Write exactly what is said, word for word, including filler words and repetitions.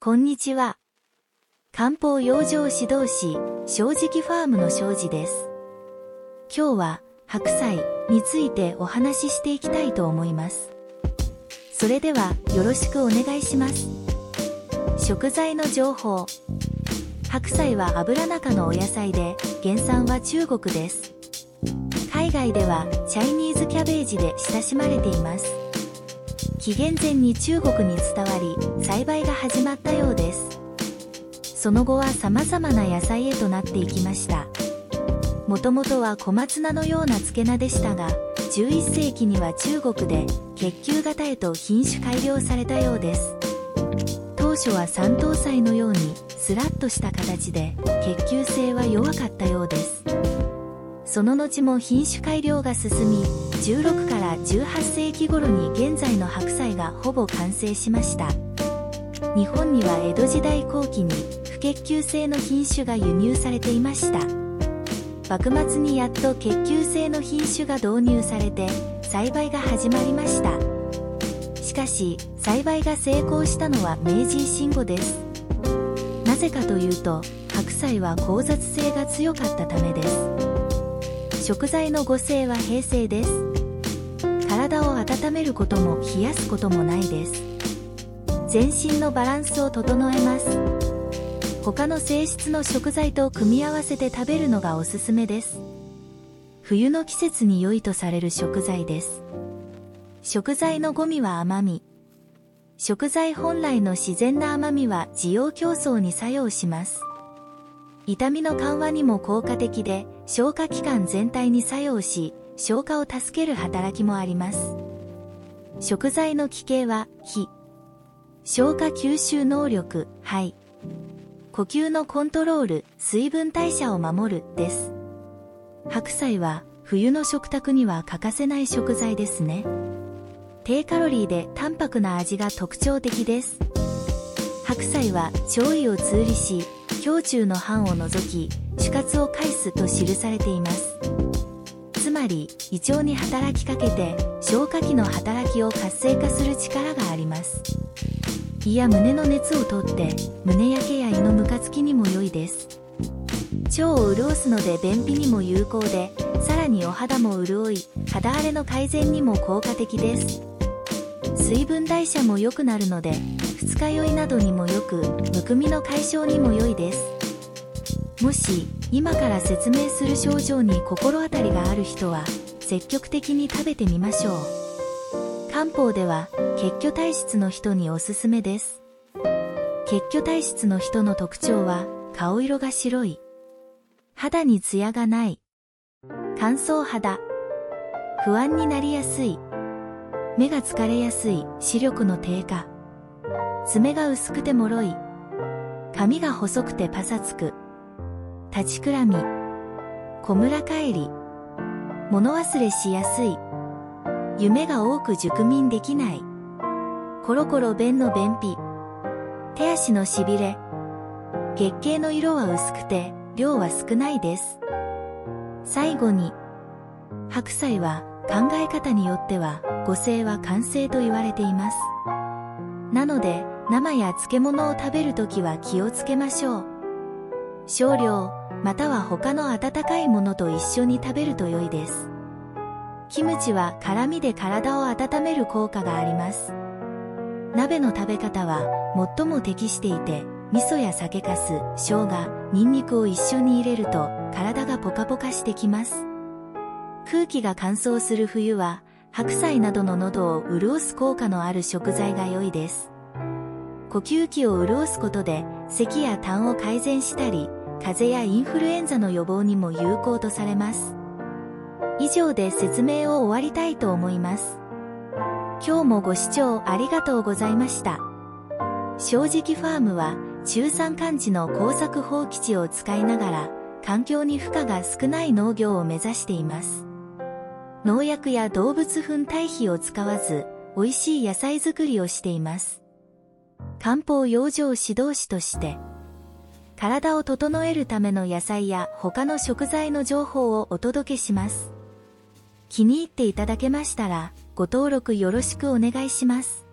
こんにちは。漢方養生指導士、正直ファームの庄司です。今日は白菜についてお話ししていきたいと思います。それではよろしくお願いします。食材の情報。白菜は油中のお野菜で、原産は中国です。海外ではチャイニーズキャベージで親しまれています。紀元前に中国に伝わり、栽培が始まったようです。その後は様々な野菜へとなっていきました。もともとは小松菜のような漬け菜でしたが、じゅういっせいきには中国で結球型へと品種改良されたようです。当初は三等菜のようにスラッとした形で、結球性は弱かったようです。その後も品種改良が進み、じゅうろくからじゅうはっせいき頃に現在の白菜がほぼ完成しました。日本には江戸時代後期に不結球性の品種が輸入されていました。幕末にやっと結球性の品種が導入されて栽培が始まりました。しかし栽培が成功したのは明治維新後です。なぜかというと白菜は交雑性が強かったためです。食材の五性は平性です。体を温めることも冷やすこともないです。全身のバランスを整えます。他の性質の食材と組み合わせて食べるのがおすすめです。冬の季節に良いとされる食材です。食材の五味は甘み。食材本来の自然な甘みは滋養強壮に作用します。痛みの緩和にも効果的で、消化器官全体に作用し、消化を助ける働きもあります。食材の気形は火。消化吸収能力、肺。呼吸のコントロール、水分代謝を守る、です。白菜は冬の食卓には欠かせない食材ですね。低カロリーで淡白な味が特徴的です。白菜は腸胃を通利し、胸中の斑を除き、主活を介すと記されています。つまり、胃腸に働きかけて、消化器の働きを活性化する力があります。胃や胸の熱をとって、胸焼けや胃のムカつきにも良いです。腸を潤すので便秘にも有効で、さらにお肌も潤い、肌荒れの改善にも効果的です。水分代謝も良くなるので、二日酔いなどにもよく、むくみの解消にも良いです。もし、今から説明する症状に心当たりがある人は、積極的に食べてみましょう。漢方では、結虚体質の人におすすめです。結虚体質の人の特徴は、顔色が白い。肌にツヤがない。乾燥肌。不安になりやすい。目が疲れやすい、視力の低下。爪が薄くて脆い。髪が細くてパサつく。立ちくらみ。こむら返り。物忘れしやすい。夢が多く熟眠できない。コロコロ便の便秘。手足のしびれ。月経の色は薄くて、量は少ないです。最後に、白菜は考え方によっては、五性は寒性と言われています。なので、生や漬物を食べるときは気をつけましょう。少量、または他の温かいものと一緒に食べると良いです。キムチは辛みで体を温める効果があります。鍋の食べ方は最も適していて、味噌や酒粕、生姜、ニンニクを一緒に入れると体がポカポカしてきます。空気が乾燥する冬は、白菜などの喉を潤す効果のある食材が良いです。呼吸器を潤すことで、咳や痰を改善したり、風邪やインフルエンザの予防にも有効とされます。以上で説明を終わりたいと思います。今日もご視聴ありがとうございました。正直ファームは、中山間地の耕作放棄地を使いながら、環境に負荷が少ない農業を目指しています。農薬や動物粉堆肥を使わず、美味しい野菜作りをしています。漢方養生指導士として、体を整えるための野菜や他の食材の情報をお届けします。気に入っていただけましたら、ご登録よろしくお願いします。